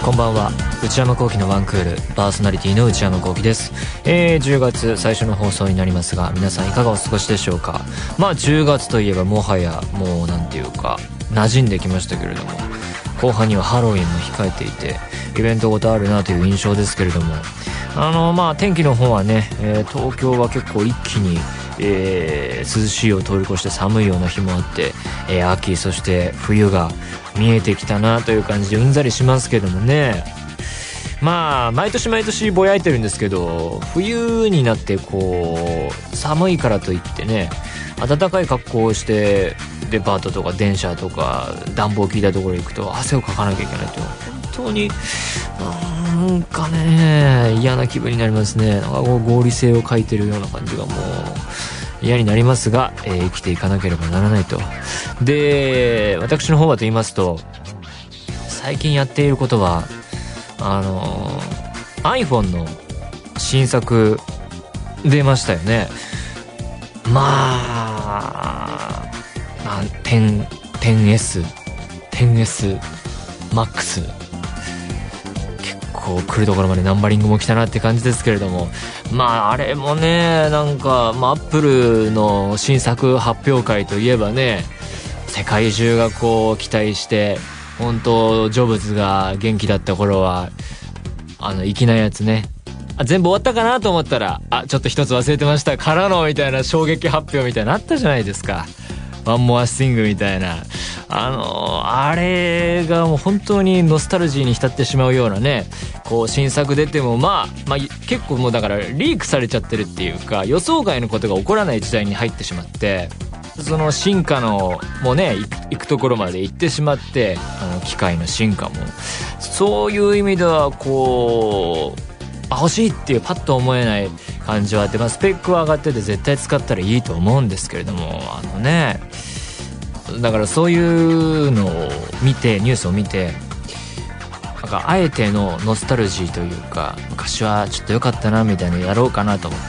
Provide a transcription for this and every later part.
こんばんは。内山聖輝のワンクールパーソナリティの内山聖輝です。10月最初の放送になりますが、皆さんいかがお過ごしでしょうか。10月といえばもはやもうなんていうか馴染んできましたけれども、後半にはハロウィンも控えていてイベントごとあるなという印象ですけれども、天気の方はね、東京は結構一気に涼しいを通り越して寒いような日もあって、秋そして冬が見えてきたなという感じでうんざりしますけどもね。毎年毎年ぼやいてるんですけど、冬になってこう寒いからといってね、暖かい格好をしてデパートとか電車とか暖房効いたところに行くと汗をかかなきゃいけないと、本当になんかね嫌な気分になりますね。なんかこう合理性を欠いてるような感じがもう嫌になりますが、生きていかなければならないと。で、私の方はと言いますと、最近やっていることはiPhone の新作出ましたよね。10S マックス、結構来るところまでナンバリングも来たなって感じですけれども、あれもね、なんかアップルの新作発表会といえばね、世界中がこう期待して、本当ジョブズが元気だった頃は粋なやつね、全部終わったかなと思ったら、ちょっと一つ忘れてましたからのみたいな衝撃発表みたいなのあったじゃないですか。ワンモアスイングみたいな、あれがもう本当にノスタルジーに浸ってしまうようなね、こう新作出ても結構もうだからリークされちゃってるっていうか、予想外のことが起こらない時代に入ってしまって、その進化のもね行くところまで行ってしまって、機械の進化もそういう意味ではこう欲しいっていうパッと思えない感じはあって、スペックは上がってて絶対使ったらいいと思うんですけれども、だからそういうのを見て、ニュースを見て、なんかあえてのノスタルジーというか、昔はちょっと良かったなみたいなのやろうかなと思って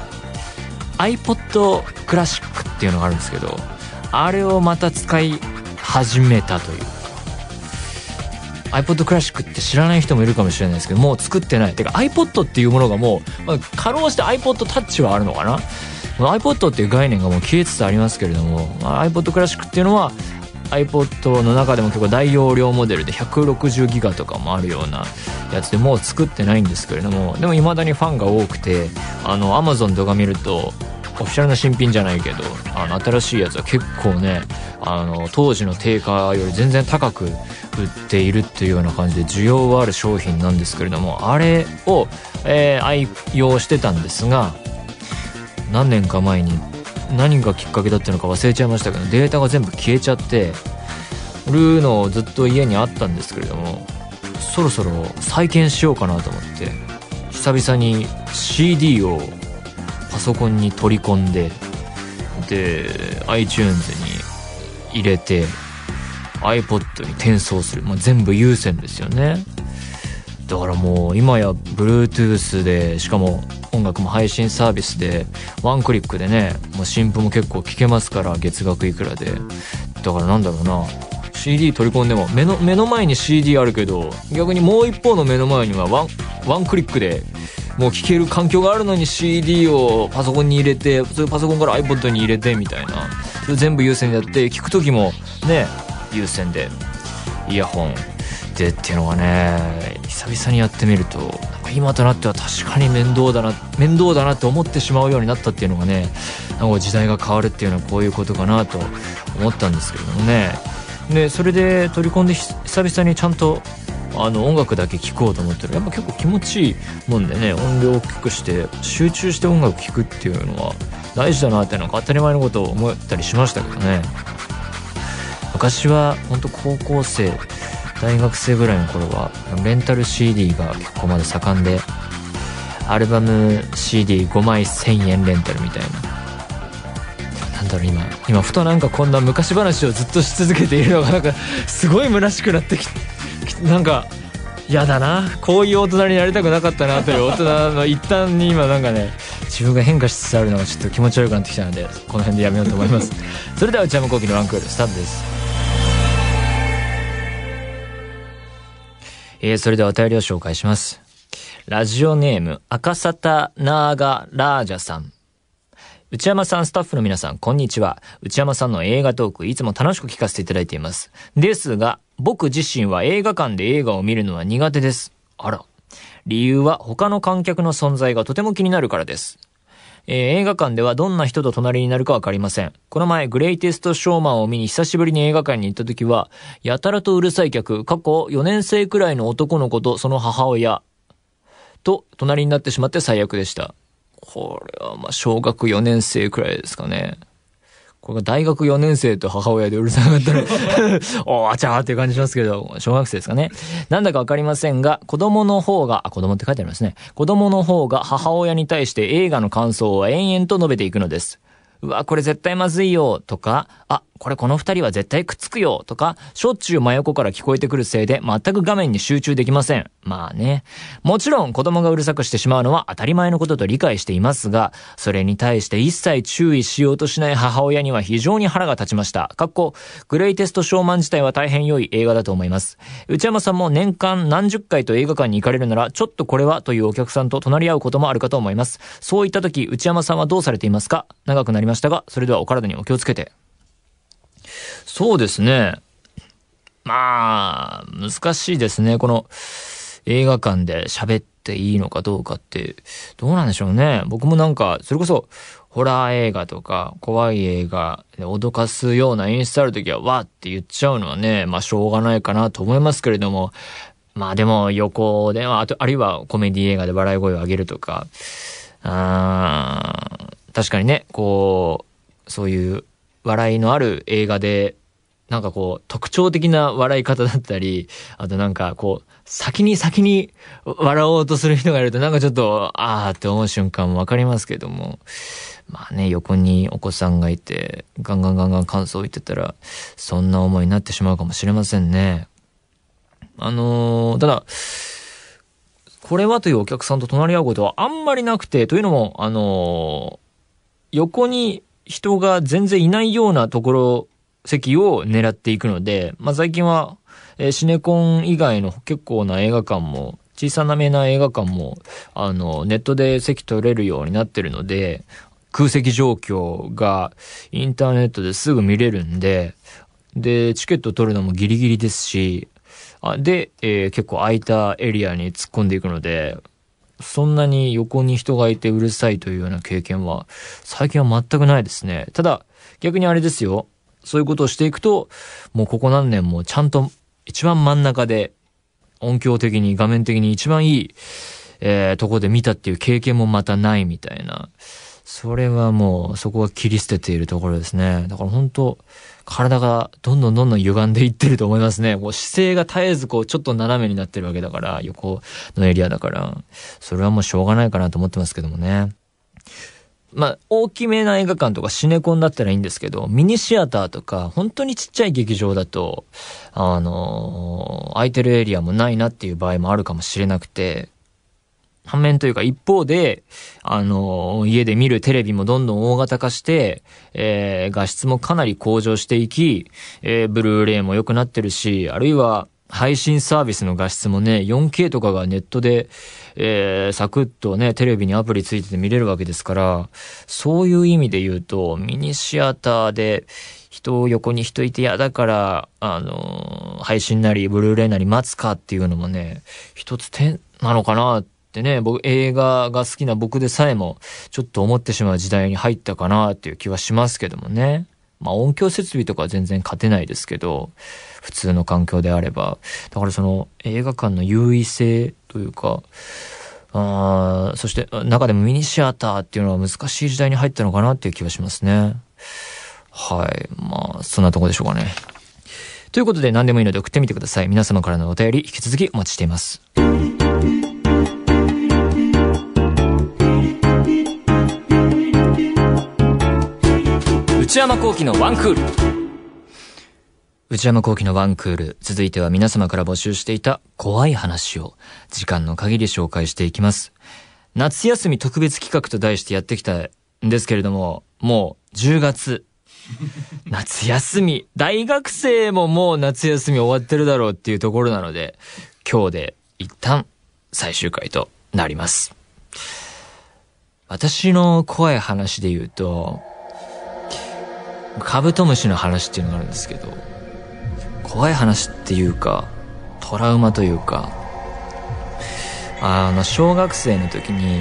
iPod クラシックっていうのがあるんですけど、あれをまた使い始めたというか、iPod クラシックって知らない人もいるかもしれないですけど、もう作ってない。てか iPod っていうものがもう、かろうじて iPod タッチはあるのかな。iPod っていう概念がもう消えつつありますけれども、iPod クラシックっていうのは iPod の中でも結構大容量モデルで160ギガとかもあるようなやつで、もう作ってないんですけれども、でも未だにファンが多くて、Amazon とか見るとオフィシャルな新品じゃないけど、新しいやつは結構ね、当時の定価より全然高く売っているっていうような感じで需要はある商品なんですけれども、あれを、愛用してたんですが、何年か前に何がきっかけだったのか忘れちゃいましたけど、データが全部消えちゃってるのをずっと家にあったんですけれども、そろそろ再建しようかなと思って久々に CD をパソコンに取り込んで、で iTunes に入れて iPod に転送する、全部有線ですよね。だからもう今や Bluetooth で、しかも音楽も配信サービスでワンクリックでね、もう新譜も結構聴けますから、月額いくらで。だからなんだろうな、 CD 取り込んでも目の前に CD あるけど、逆にもう一方の目の前にはワンクリックでもう聴ける環境があるのに CD をパソコンに入れて、それパソコンから iPod に入れてみたいな、それ全部有線でやって、聴く時もね有線でイヤホンでっていうのがね、久々にやってみると、なんか今となっては確かに面倒だなって思ってしまうようになったっていうのがね、なんか時代が変わるっていうのはこういうことかなと思ったんですけれどもね。でそれで取り込んで久々にちゃんと音楽だけ聴こうと思ったら、やっぱ結構気持ちいいもんでね、音量を大きくして集中して音楽聴くっていうのは大事だなって、なんか当たり前のことを思ったりしましたけどね。昔は本当高校生大学生ぐらいの頃はレンタル CD が結構まだ盛んで、アルバム CD5 枚1000円レンタルみたいな、なんだろう、今ふとなんかこんな昔話をずっとし続けているのがなんかすごい虚しくなってきて、なんかやだな、こういう大人になりたくなかったなという大人の一端に今なんかね、自分が変化しつつあるのがちょっと気持ち悪くなってきたので、この辺でやめようと思いますそれでは内山聖輝のワンクールスタートです。 それではお便りを紹介します。ラジオネーム赤サタナーガラージャさん。内山さん、スタッフの皆さん、こんにちは。内山さんの映画トーク、いつも楽しく聞かせていただいています。ですが、僕自身は映画館で映画を見るのは苦手です。あら。理由は他の観客の存在がとても気になるからです。映画館ではどんな人と隣になるかわかりません。この前、グレイテストショーマンを見に久しぶりに映画館に行った時は、やたらとうるさい客、過去4年生くらいの男の子とその母親と隣になってしまって最悪でした。これは小学4年生くらいですかね。これが大学4年生と母親でうるさかったらおーあちゃーっていう感じしますけど、小学生ですかね。なんだかわかりませんが、子供の方が母親に対して映画の感想を延々と述べていくのです。うわ、これ絶対まずいよとか、この二人は絶対くっつくよとか、しょっちゅう真横から聞こえてくるせいで全く画面に集中できません。まあね。もちろん子供がうるさくしてしまうのは当たり前のことと理解していますが、それに対して一切注意しようとしない母親には非常に腹が立ちました。グレイテストショーマン自体は大変良い映画だと思います。内山さんも年間何十回と映画館に行かれるなら、ちょっとこれはというお客さんと隣り合うこともあるかと思います。そういった時、内山さんはどうされていますか？長くなりましたが、それではお体にお気をつけて。そうですね。難しいですね。この映画館で喋っていいのかどうかって、どうなんでしょうね。僕もそれこそ、ホラー映画とか、怖い映画で脅かすような演出あるときは、わーって言っちゃうのはね、しょうがないかなと思いますけれども、でも横では、あるいはコメディ映画で笑い声を上げるとか、確かにね、そういう笑いのある映画で、特徴的な笑い方だったり、あと先に笑おうとする人がいるとちょっと、って思う瞬間もわかりますけども。横にお子さんがいて、ガンガン感想を言ってたら、そんな思いになってしまうかもしれませんね。ただ、これはというお客さんと隣り合うことはあんまりなくて、というのも、横に人が全然いないような席を狙っていくので、最近は、シネコン以外の結構な映画館も、小さなめな映画館も、ネットで席取れるようになってるので、空席状況がインターネットですぐ見れるんで、チケット取るのもギリギリですし、結構空いたエリアに突っ込んでいくので、そんなに横に人がいてうるさいというような経験は、最近は全くないですね。ただ、逆にあれですよ。そういうことをしていくと、もうここ何年もちゃんと一番真ん中で音響的に画面的に一番いい、とこで見たっていう経験もまたないみたいな。それはもうそこが切り捨てているところですね。だから本当体がどんどん歪んでいってると思いますね。姿勢が絶えずちょっと斜めになってるわけだから、横のエリアだから、それはもうしょうがないかなと思ってますけどもね。大きめな映画館とかシネコンだったらいいんですけど、ミニシアターとか、本当にちっちゃい劇場だと、空いてるエリアもないなっていう場合もあるかもしれなくて、反面というか一方で、家で見るテレビもどんどん大型化して、画質もかなり向上していき、ブルーレイも良くなってるし、あるいは、配信サービスの画質もね、4K とかがネットで、サクッとね、テレビにアプリついてて見れるわけですから、そういう意味で言うと、ミニシアターで横に人いて嫌だから、配信なり、ブルーレイなり待つかっていうのもね、一つ手なのかなってね、映画が好きな僕でさえも、ちょっと思ってしまう時代に入ったかなっていう気はしますけどもね。音響設備とかは全然勝てないですけど、普通の環境であれば。だから映画館の優位性というか、そして中でもミニシアターっていうのは難しい時代に入ったのかなっていう気はしますね。はい。そんなとこでしょうかね。ということで何でもいいので送ってみてください。皆様からのお便り引き続きお待ちしています。内山聖輝のワンクール。内山聖輝のワンクール。続いては皆様から募集していた怖い話を時間の限り紹介していきます。夏休み特別企画と題してやってきたんですけれども、もう10月。夏休み。大学生ももう夏休み終わってるだろうっていうところなので、 今日で一旦最終回となります。私の怖い話で言うと、カブトムシの話っていうのがあるんですけど、怖い話っていうかトラウマというか、小学生の時に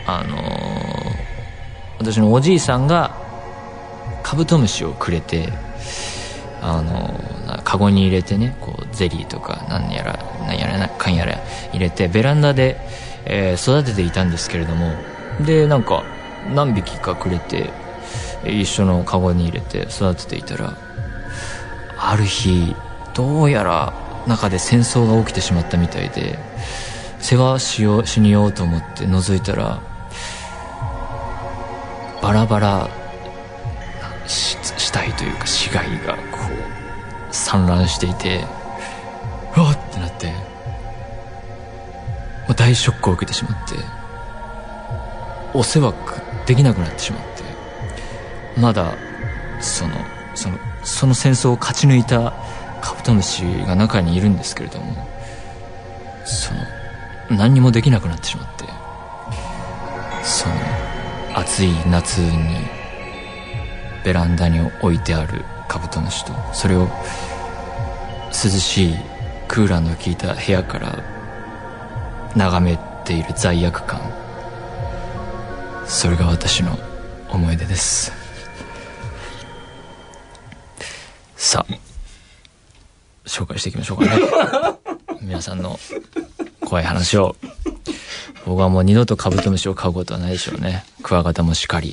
私のおじいさんがカブトムシをくれて、カゴに入れてね、こうゼリーとか何やらかんやら入れてベランダで、育てていたんですけれども、でなんか何匹かくれて一緒のカゴに入れて育てていたら、ある日どうやら中で戦争が起きてしまったみたいで、世話しにようと思って覗いたら、バラバラ死体というか死骸がこう散乱していて、うわっってなって、大ショックを受けてしまって、お世話できなくなってしまって、まだその戦争を勝ち抜いたカブトムシが中にいるんですけれども、何にもできなくなってしまって、暑い夏にベランダに置いてあるカブトムシと、それを涼しいクーラーの効いた部屋から眺めている罪悪感、それが私の思い出です。さあ、紹介していきましょうかね。皆さんの怖い話を。僕はもう二度とカブトムシを飼うことはないでしょうね。クワガタもしかり。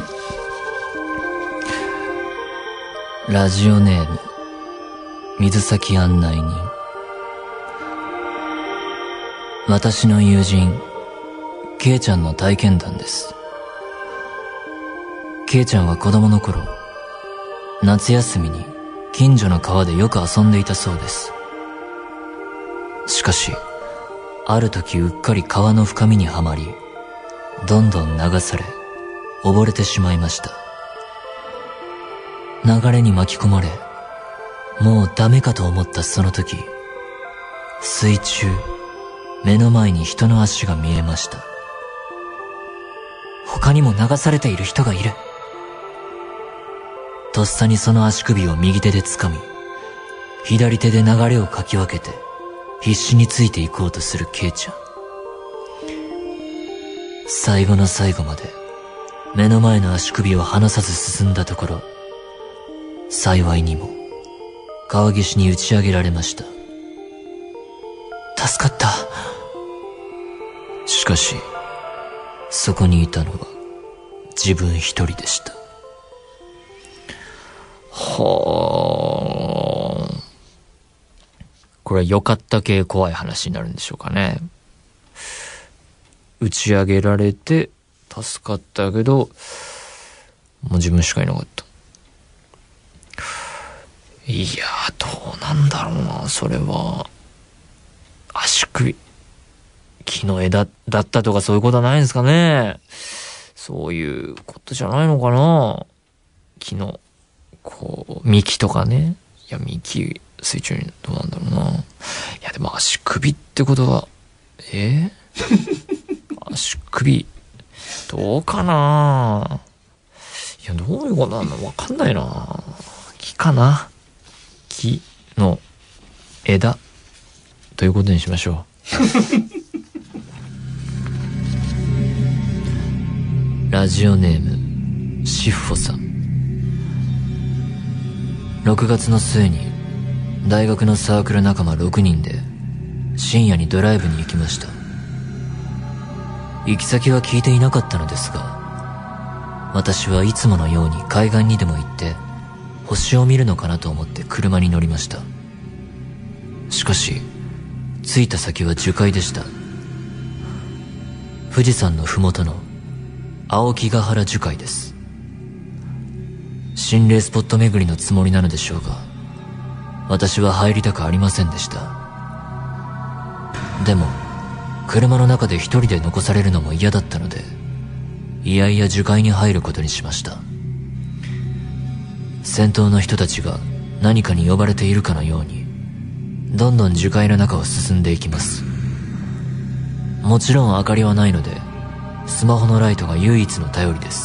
ラジオネーム水先案内人。私の友人ケイちゃんの体験談です。ケイちゃんは子供の頃、夏休みに近所の川でよく遊んでいたそうです。しかしある時うっかり川の深みにはまり、どんどん流され溺れてしまいました。流れに巻き込まれ、もうダメかと思ったその時、水中目の前に人の足が見えました。他にも流されている人がいる。とっさにその足首を右手で掴み、左手で流れをかき分けて必死についていこうとするケイちゃん。最後の最後まで目の前の足首を離さず進んだところ、幸いにも川岸に打ち上げられました。助かった。しかしそこにいたのは自分一人でした。はあ、これは良かった系怖い話になるんでしょうかね。打ち上げられて助かったけど、もう自分しかいなかった。いやー、どうなんだろうな、それは。足首木の枝だったとかそういうことはないんですかね。そういうことじゃないのかな。木のこう幹とかね。いや、幹水中にどうなんだろうな。いやでも足首ってことは足首どうかな。いや、どういうことなんだわかんないな。木かな。木の枝ということにしましょう。ラジオネームシッフォさん。6月の末に大学のサークル仲間6人で深夜にドライブに行きました。行き先は聞いていなかったのですが、私はいつものように海岸にでも行って星を見るのかなと思って車に乗りました。しかし着いた先は樹海でした。富士山のふもとの青木ヶ原樹海です。心霊スポット巡りのつもりなのでしょうが、私は入りたくありませんでした。でも車の中で一人で残されるのも嫌だったので、いやいや樹海に入ることにしました。先頭の人たちが何かに呼ばれているかのようにどんどん樹海の中を進んでいきます。もちろん明かりはないので、スマホのライトが唯一の頼りです。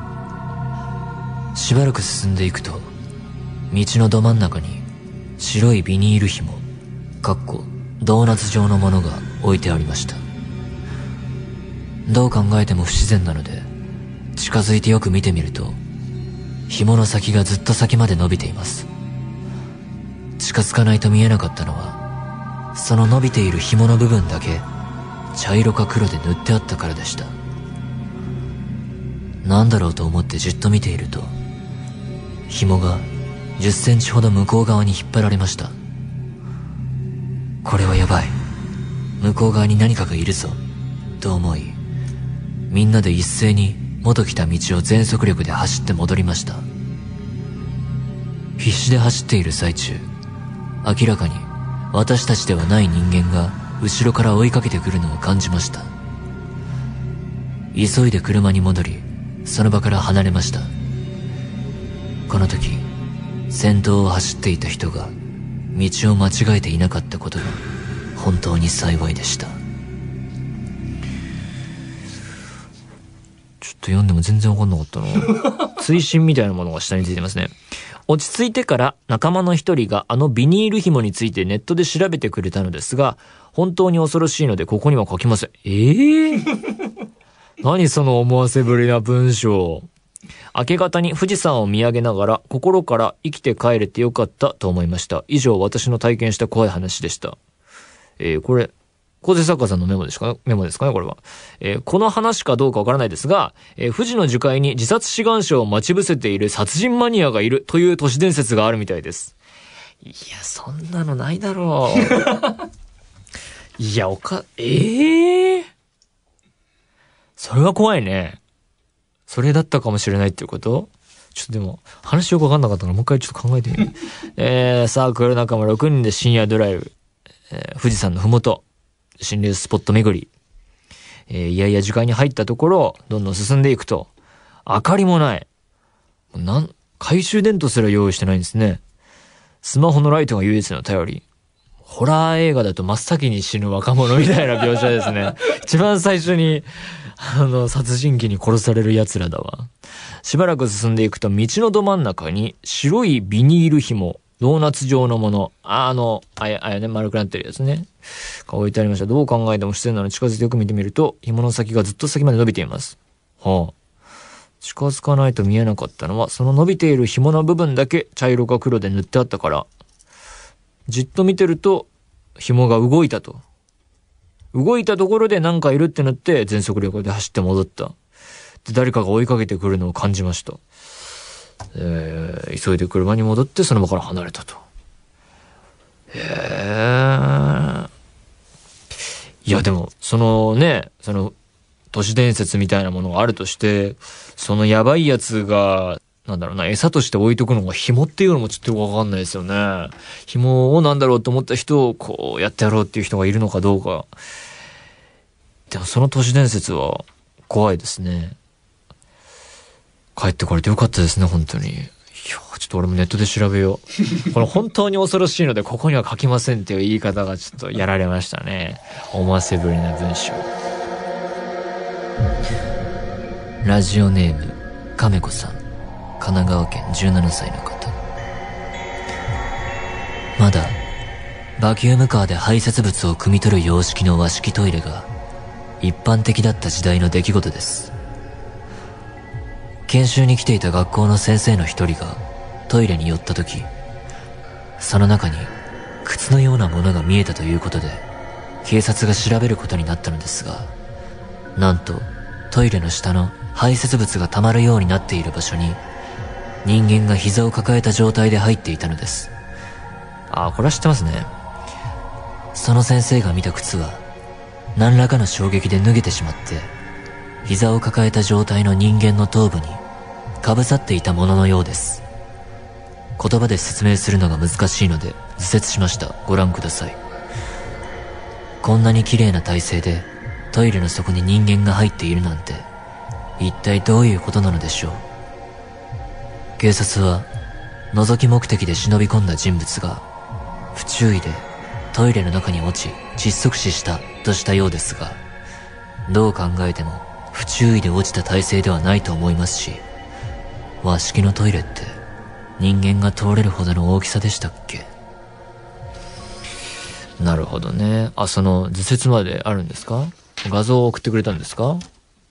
しばらく進んでいくと、道のど真ん中に白いビニール紐ドーナツ状のものが置いてありました。どう考えても不自然なので、近づいてよく見てみると、紐の先がずっと先まで伸びています。近づかないと見えなかったのは、その伸びている紐の部分だけ茶色か黒で塗ってあったからでした。なんだろうと思ってじっと見ていると、紐が10センチほど向こう側に引っ張られました。これはやばい、向こう側に何かがいるぞと思い、みんなで一斉に元来た道を全速力で走って戻りました。必死で走っている最中、明らかに私たちではない人間が後ろから追いかけてくるのを感じました。急いで車に戻り、その場から離れました。この時、先頭を走っていた人が道を間違えていなかったことが本当に幸いでした。ちょっと読んでも全然わかんなかったな。追伸みたいなものが下についてますね。落ち着いてから仲間の一人があのビニール紐についてネットで調べてくれたのですが、本当に恐ろしいのでここには書きません。何その思わせぶりな文章。明け方に富士山を見上げながら心から生きて帰れてよかったと思いました。以上、私の体験した怖い話でした。これ構成作家さんのメモですかね、これは。この話かどうかわからないですが、富士の樹海に自殺志願者を待ち伏せている殺人マニアがいるという都市伝説があるみたいです。いや、そんなのないだろう。いや、それは怖いね。それだったかもしれないっていうこと？ちょっとでも、話よくわかんなかったからもう一回ちょっと考えてみる。サークル仲間6人で深夜ドライブ。富士山のふもと。心霊スポット巡り。いやいや樹海に入ったところ、どんどん進んでいくと、明かりもない。懐中電灯すら用意してないんですね。スマホのライトが唯一の頼り。ホラー映画だと真っ先に死ぬ若者みたいな描写ですね。一番最初に、殺人鬼に殺される奴らだわ。しばらく進んでいくと、道のど真ん中に白いビニール紐、ドーナツ状のもの、丸くなってるやつね。が置いてありました。どう考えても不自然なので近づいてよく見てみると、紐の先がずっと先まで伸びています。近づかないと見えなかったのは、その伸びている紐の部分だけ茶色か黒で塗ってあったから、じっと見てると、紐が動いたと。動いたところでなんかいるってなって全速力で走って戻った。で、誰かが追いかけてくるのを感じました。急いで車に戻ってその場から離れたと。いやでも、その都市伝説みたいなものがあるとして、そのやばいやつが、餌として置いとくのが紐っていうのもちょっとよくわかんないですよね。紐をなんだろうと思った人をこうやってやろうっていう人がいるのかどうか。でもその都市伝説は怖いですね。帰ってこれてよかったですね、本当に。いや、ちょっと俺もネットで調べよう。これ本当に恐ろしいのでここには書きませんっていう言い方がちょっとやられましたね。思わせぶりな文章。ラジオネーム、亀子さん。神奈川県17歳の方。まだバキュームカーで排泄物を汲み取る様式の和式トイレが一般的だった時代の出来事です。研修に来ていた学校の先生の一人がトイレに寄った時、その中に靴のようなものが見えたということで警察が調べることになったのですが、なんとトイレの下の排泄物が溜まるようになっている場所に人間が膝を抱えた状態で入っていたのです。これは知ってますね。その先生が見た靴は何らかの衝撃で脱げてしまって、膝を抱えた状態の人間の頭部にかぶさっていたもののようです。言葉で説明するのが難しいので図説しました。ご覧ください。こんなに綺麗な体勢でトイレの底に人間が入っているなんて、一体どういうことなのでしょう。警察は覗き目的で忍び込んだ人物が不注意でトイレの中に落ち窒息死したとしたようですが、どう考えても不注意で落ちた体勢ではないと思いますし、和式のトイレって人間が通れるほどの大きさでしたっけ？なるほどね。その図説まであるんですか？画像を送ってくれたんですか？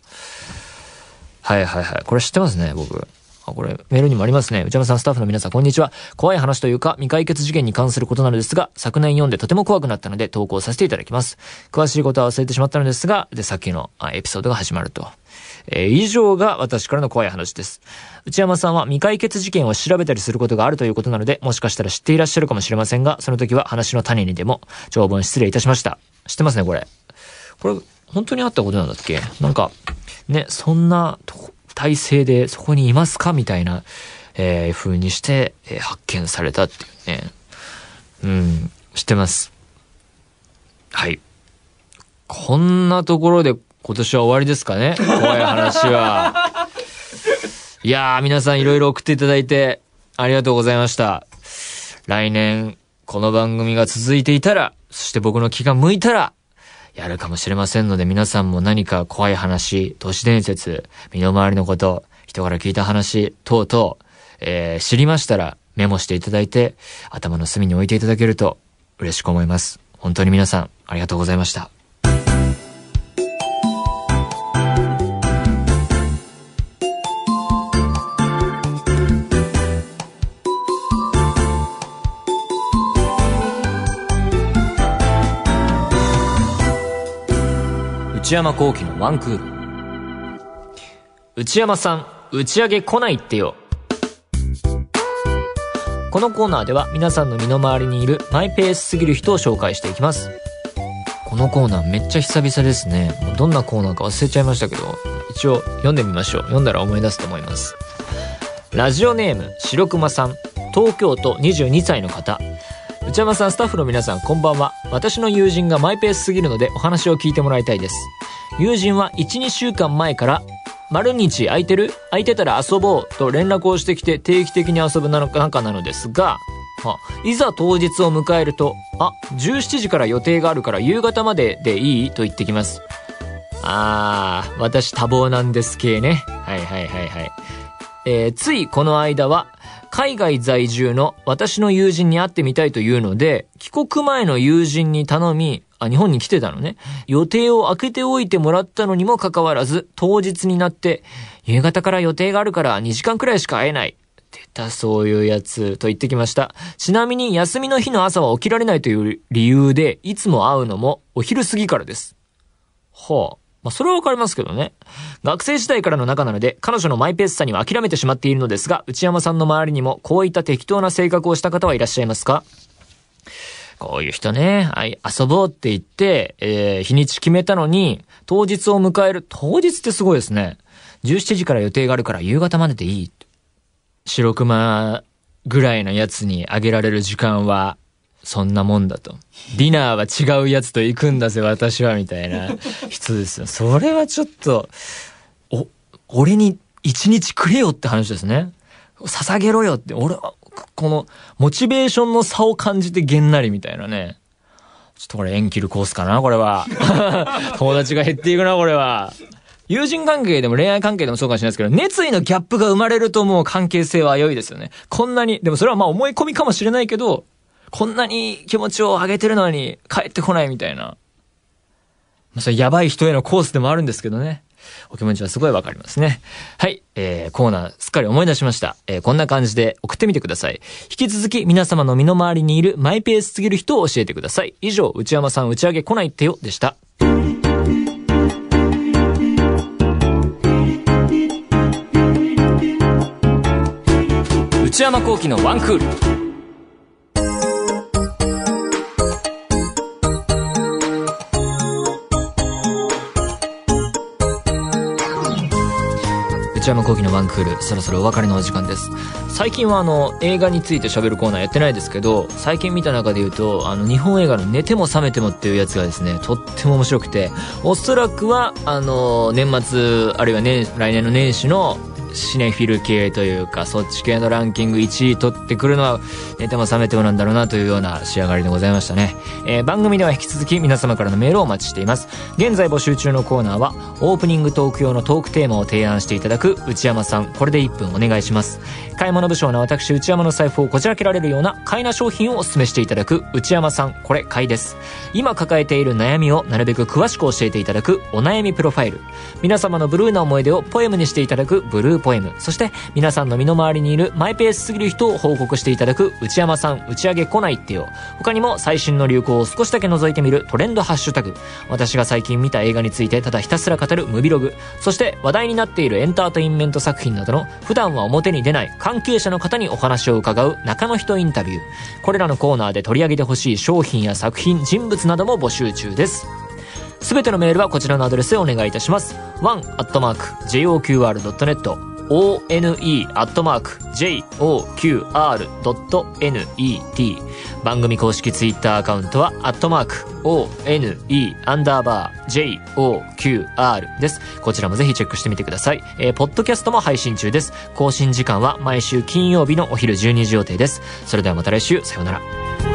はいはいはい。これ知ってますね、僕。これメールにもありますね。内山さん、スタッフの皆さん、こんにちは。怖い話というか未解決事件に関することなのですが、昨年読んでとても怖くなったので投稿させていただきます。詳しいことは忘れてしまったのですが、でさっきのエピソードが始まると。以上が私からの怖い話です。内山さんは未解決事件を調べたりすることがあるということなので、もしかしたら知っていらっしゃるかもしれませんが、その時は話の種にでも長文失礼いたしました。知ってますね、これ。これ本当にあったことなんだっけ？なんかね、そんな体勢でそこにいますかみたいな、風にして、発見されたっていうね。知ってます。はい。こんなところで今年は終わりですかね、怖い話は。いやー、皆さんいろいろ送っていただいてありがとうございました。来年この番組が続いていたら、そして僕の気が向いたらやるかもしれませんので、皆さんも何か怖い話、都市伝説、身の回りのこと、人から聞いた話等々、知りましたらメモしていただいて頭の隅に置いていただけると嬉しく思います。本当に皆さんありがとうございました。内山聖輝のワンクール。内山さん、打ち上げ来ないってよ。このコーナーでは皆さんの身の回りにいるマイペースすぎる人を紹介していきます。このコーナーめっちゃ久々ですね。もうどんなコーナーか忘れちゃいましたけど、一応読んでみましょう。読んだら思い出すと思います。ラジオネーム白熊さん、東京都22歳の方。内山さん、スタッフの皆さん、こんばんは。私の友人がマイペースすぎるのでお話を聞いてもらいたいです。友人は 1,2 週間前から丸日空いてる？空いてたら遊ぼうと連絡をしてきて定期的に遊ぶ仲なのですが、いざ当日を迎えると、17時から予定があるから夕方まででいい？と言ってきます。私多忙なんです系ね。はい。ついこの間は海外在住の私の友人に会ってみたいというので、帰国前の友人に頼み、日本に来てたのね。予定を空けておいてもらったのにもかかわらず、当日になって、夕方から予定があるから2時間くらいしか会えない。出た、そういうやつ、と言ってきました。ちなみに休みの日の朝は起きられないという理由で、いつも会うのもお昼過ぎからです。それはわかりますけどね。学生時代からの仲なので、彼女のマイペースさには諦めてしまっているのですが、内山さんの周りにもこういった適当な性格をした方はいらっしゃいますか？こういう人ね、遊ぼうって言って、日にち決めたのに、当日を迎える。当日ってすごいですね。17時から予定があるから夕方まででいい。白熊ぐらいのやつにあげられる時間は、そんなもんだと。ディナーは違うやつと行くんだぜ、私は、みたいな人ですよ。それはちょっと、俺に一日くれよって話ですね。捧げろよって、俺は、この、モチベーションの差を感じてげんなりみたいなね。ちょっとこれ縁切るコースかな、これは。友達が減っていくな、これは。友人関係でも恋愛関係でもそうかもしれないですけど、熱意のギャップが生まれるともう関係性は良いですよね。こんなに、でもそれは思い込みかもしれないけど、こんなに気持ちを上げてるのに帰ってこないみたいな。それやばい人へのコースでもあるんですけどね。お気持ちはすごいわかりますね。はい、コーナーすっかり思い出しました。こんな感じで送ってみてください。引き続き皆様の身の回りにいるマイペースすぎる人を教えてください。以上、内山さん打ち上げ来ないってよでした。内山聖輝のワンクール。内山聖輝のワンクール、そろそろお別れのお時間です。最近は映画について喋るコーナーやってないですけど、最近見た中で言うと日本映画の寝ても覚めてもっていうやつがですね、とっても面白くて、おそらくは年末あるいは来年の年始のシネフィル系というか、そっち系のランキング1位取ってくるのは、寝ても覚めてもなんだろうなというような仕上がりでございましたね。番組では引き続き皆様からのメールをお待ちしています。現在募集中のコーナーは、オープニングトーク用のトークテーマを提案していただく内山さん、これで1分お願いします。買い物不詳な私内山の財布をこじ開けられるような買いな商品をお勧めしていただく内山さん、これ買いです。今抱えている悩みをなるべく詳しく教えていただくお悩みプロファイル、皆様のブルーな思い出をポエムにしていただくブルーポエム、そして皆さんの身の回りにいるマイペースすぎる人を報告していただく内山さん打ち上げ来ないってよ。他にも最新の流行を少しだけ覗いてみるトレンドハッシュタグ、私が最近見た映画についてただひたすら語るムビログ、そして話題になっているエンターテインメント作品などの普段は表に出ない関係者の方にお話を伺う中の人インタビュー、これらのコーナーで取り上げてほしい商品や作品、人物なども募集中です。すべてのメールはこちらのアドレスへお願いいたします。one@joqr.net one@joqr.net、 番組公式ツイッターアカウントは@one_joqr です。こちらもぜひチェックしてみてください。ポッドキャストも配信中です。更新時間は毎週金曜日のお昼12時予定です。それではまた来週、さようなら。